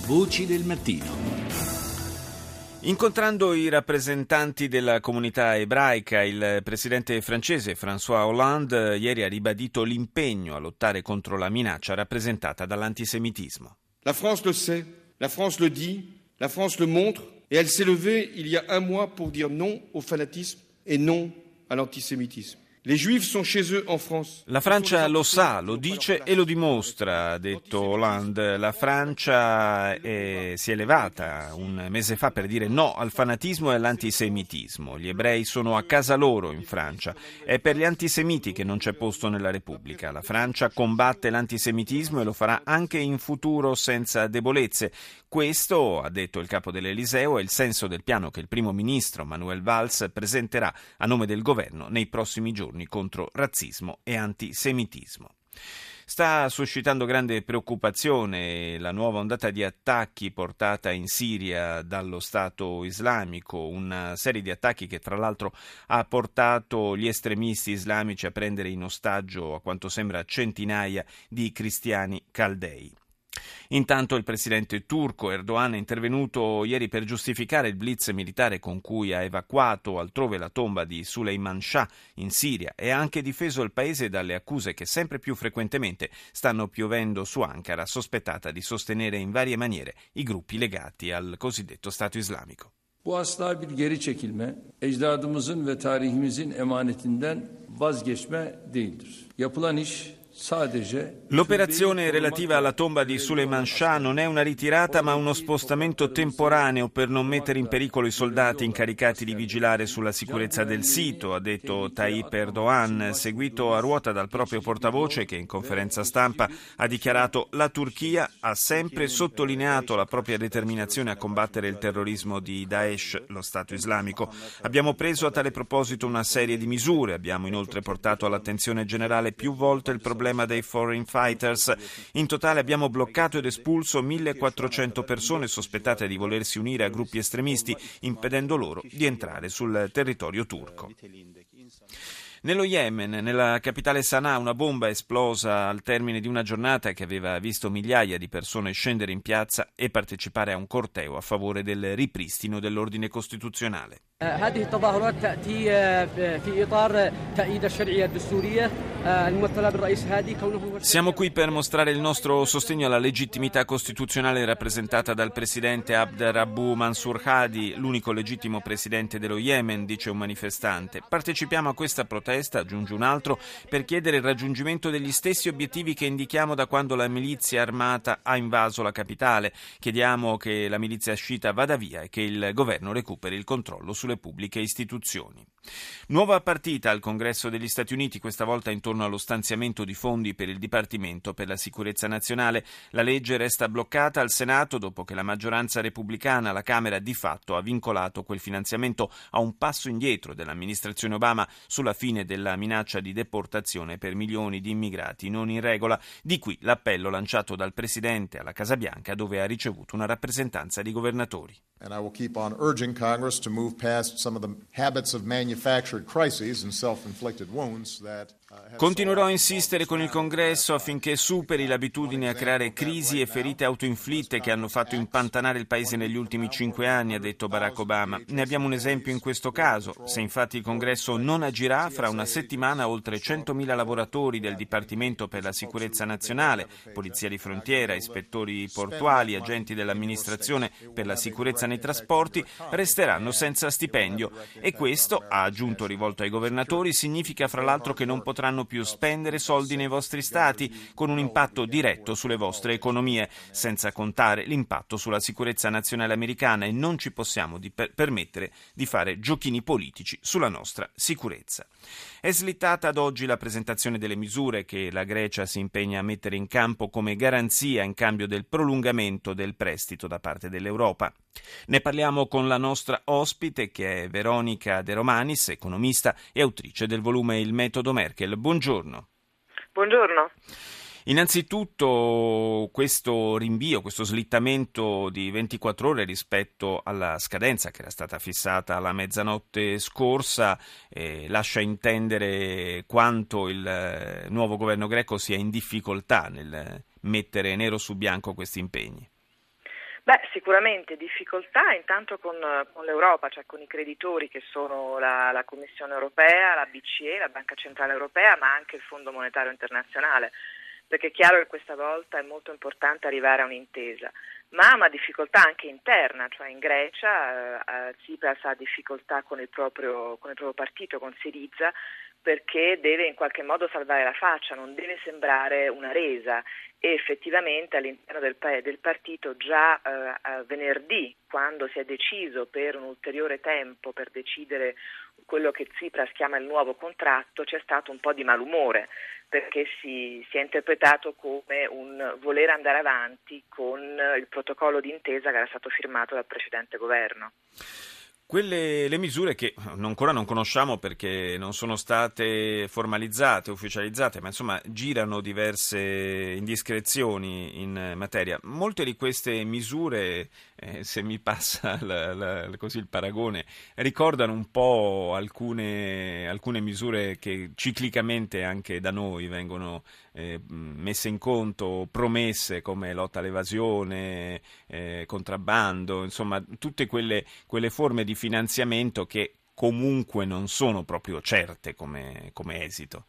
Voci del mattino. Incontrando i rappresentanti della comunità ebraica, il presidente francese François Hollande ieri ha ribadito l'impegno a lottare contro la minaccia rappresentata dall'antisemitismo. La France le sait, la France le dit, la France le montre et elle s'est levée il y a un mois pour dire non au fanatisme et non à l'antisémitisme. Les Juifs sont chez eux en France. La Francia lo sa, lo dice e lo dimostra, ha detto Hollande. La Francia si è levata un mese fa per dire no al fanatismo e all'antisemitismo. Gli ebrei sono a casa loro in Francia. È per gli antisemiti che non c'è posto nella Repubblica. La Francia combatte l'antisemitismo e lo farà anche in futuro senza debolezze. Questo, ha detto il capo dell'Eliseo, è il senso del piano che il primo ministro Manuel Valls presenterà a nome del governo nei prossimi giorni contro razzismo e antisemitismo. Sta suscitando grande preoccupazione la nuova ondata di attacchi portata in Siria dallo Stato islamico, una serie di attacchi che tra l'altro ha portato gli estremisti islamici a prendere in ostaggio, a quanto sembra, centinaia di cristiani caldei. Intanto il presidente turco Erdogan è intervenuto ieri per giustificare il blitz militare con cui ha evacuato altrove la tomba di Suleiman Shah in Siria e ha anche difeso il paese dalle accuse che sempre più frequentemente stanno piovendo su Ankara, sospettata di sostenere in varie maniere i gruppi legati al cosiddetto Stato islamico. Bu asla bir geri çekilme, ecdadımızın ve tarihimizin emanetinden vazgeçme değildir. Yapılan iş L'operazione relativa alla tomba di Suleiman Shah non è una ritirata ma uno spostamento temporaneo per non mettere in pericolo i soldati incaricati di vigilare sulla sicurezza del sito, ha detto Tayyip Erdogan, seguito a ruota dal proprio portavoce che in conferenza stampa ha dichiarato: la Turchia ha sempre sottolineato la propria determinazione a combattere il terrorismo di Daesh, lo Stato islamico. Abbiamo preso a tale proposito una serie di misure, abbiamo inoltre portato all'attenzione generale più volte il problema dei foreign fighters. In totale abbiamo bloccato ed espulso 1.400 persone sospettate di volersi unire a gruppi estremisti, impedendo loro di entrare sul territorio turco. Nello Yemen, nella capitale Sana'a, una bomba è esplosa al termine di una giornata che aveva visto migliaia di persone scendere in piazza e partecipare a un corteo a favore del ripristino dell'ordine costituzionale. هذه التظاهرات تأتي في إطار تأييد الشرعية الدستورية الممثلة بالرئيس هادي كونه. Siamo qui per mostrare il nostro sostegno alla legittimità costituzionale rappresentata dal presidente Abd Rabbu Mansur Hadi, l'unico legittimo presidente dello Yemen, dice un manifestante. Partecipiamo a questa protesta, aggiunge un altro, per chiedere il raggiungimento degli stessi obiettivi che indichiamo da quando la milizia armata ha invaso la capitale. Chiediamo che la milizia sciita vada via e che il governo recuperi il controllo sulle pubbliche istituzioni. Nuova partita al Congresso degli Stati Uniti, questa volta intorno allo stanziamento di fondi per il Dipartimento per la Sicurezza Nazionale. La legge resta bloccata al Senato dopo che la maggioranza repubblicana alla Camera di fatto ha vincolato quel finanziamento a un passo indietro dell'amministrazione Obama sulla fine della minaccia di deportazione per milioni di immigrati non in regola. Di qui l'appello lanciato dal Presidente alla Casa Bianca, dove ha ricevuto una rappresentanza di governatori. And I will keep on urging Congress to move past some of the habits of manufactured crises and self-inflicted wounds that Continuerò a insistere con il Congresso affinché superi l'abitudine a creare crisi e ferite autoinflitte che hanno fatto impantanare il Paese negli ultimi 5 anni, ha detto Barack Obama. Ne abbiamo un esempio in questo caso. Se infatti il Congresso non agirà, fra una settimana oltre 100.000 lavoratori del Dipartimento per la Sicurezza Nazionale, Polizia di Frontiera, ispettori portuali, agenti dell'amministrazione per la sicurezza nei trasporti, resteranno senza stipendio. E questo, ha aggiunto rivolto ai governatori, significa fra l'altro che non potranno più spendere soldi nei vostri stati, con un impatto diretto sulle vostre economie, senza contare l'impatto sulla sicurezza nazionale americana, e non ci possiamo permettere di fare giochini politici sulla nostra sicurezza. È slittata ad oggi la presentazione delle misure che la Grecia si impegna a mettere in campo come garanzia in cambio del prolungamento del prestito da parte dell'Europa. Ne parliamo con la nostra ospite, che è Veronica De Romanis, economista e autrice del volume Il metodo Merkel. Buongiorno. Buongiorno. Innanzitutto questo rinvio, questo slittamento di 24 ore rispetto alla scadenza che era stata fissata alla mezzanotte scorsa lascia intendere quanto il nuovo governo greco sia in difficoltà nel mettere nero su bianco questi impegni. Sicuramente difficoltà intanto con l'Europa, cioè con i creditori che sono la Commissione europea, la BCE, la Banca Centrale Europea, ma anche il Fondo Monetario Internazionale, perché è chiaro che questa volta è molto importante arrivare a un'intesa, ma ha una difficoltà anche interna, cioè in Grecia Tsipras ha difficoltà con il proprio partito, con Syriza, perché deve in qualche modo salvare la faccia, non deve sembrare una resa, e effettivamente all'interno del partito già venerdì, quando si è deciso per un ulteriore tempo per decidere quello che Tsipras chiama il nuovo contratto, c'è stato un po' di malumore, perché si è interpretato come un voler andare avanti con il protocollo d'intesa che era stato firmato dal precedente governo. Le misure che ancora non conosciamo perché non sono state formalizzate, ufficializzate, ma insomma girano diverse indiscrezioni in materia. Molte di queste misure, se mi passa così il paragone, ricordano un po' alcune misure che ciclicamente anche da noi vengono messe in conto, promesse come lotta all'evasione, contrabbando, insomma tutte quelle forme di finanziamento che comunque non sono proprio certe come esito.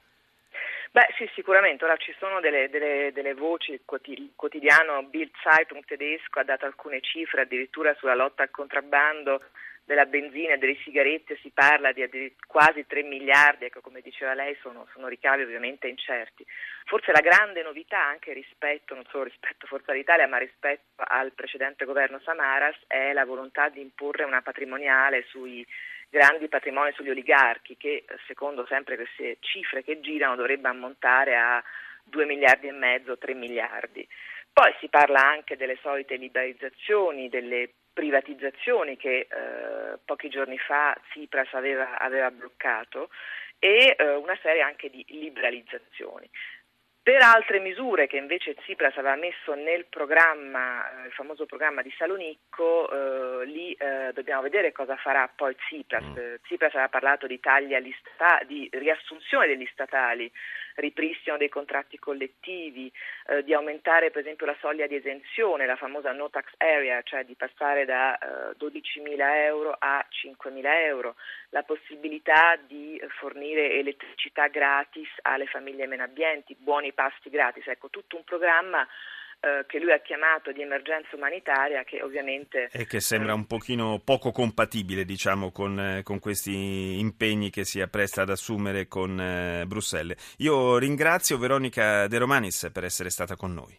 Sì, sicuramente. Ora ci sono delle voci, il quotidiano Bild Zeitung tedesco ha dato alcune cifre, addirittura sulla lotta al contrabbando della benzina e delle sigarette si parla di quasi 3 miliardi, ecco, come diceva lei, sono ricavi ovviamente incerti. Forse la grande novità anche non solo rispetto a Forza d'Italia, ma rispetto al precedente governo Samaras, è la volontà di imporre una patrimoniale sui grandi patrimoni, sugli oligarchi, che secondo sempre queste cifre che girano dovrebbe ammontare a 2 miliardi e mezzo, 3 miliardi. Poi si parla anche delle solite liberalizzazioni, delle privatizzazioni che pochi giorni fa Tsipras aveva bloccato, e una serie anche di liberalizzazioni. Per altre misure che invece Tsipras aveva messo nel programma, il famoso programma di Salonicco, lì dobbiamo vedere cosa farà poi Tsipras. Tsipras aveva parlato di tagli di riassunzione degli statali, ripristino dei contratti collettivi, di aumentare per esempio la soglia di esenzione, la famosa no tax area, cioè di passare da 12.000 euro a 5.000 euro, la possibilità di fornire elettricità gratis alle famiglie meno abbienti, buoni pasti gratis, ecco, tutto un programma che lui ha chiamato di emergenza umanitaria, che ovviamente e che sembra un pochino poco compatibile, diciamo, con questi impegni che si appresta ad assumere con Bruxelles. Io ringrazio Veronica De Romanis per essere stata con noi.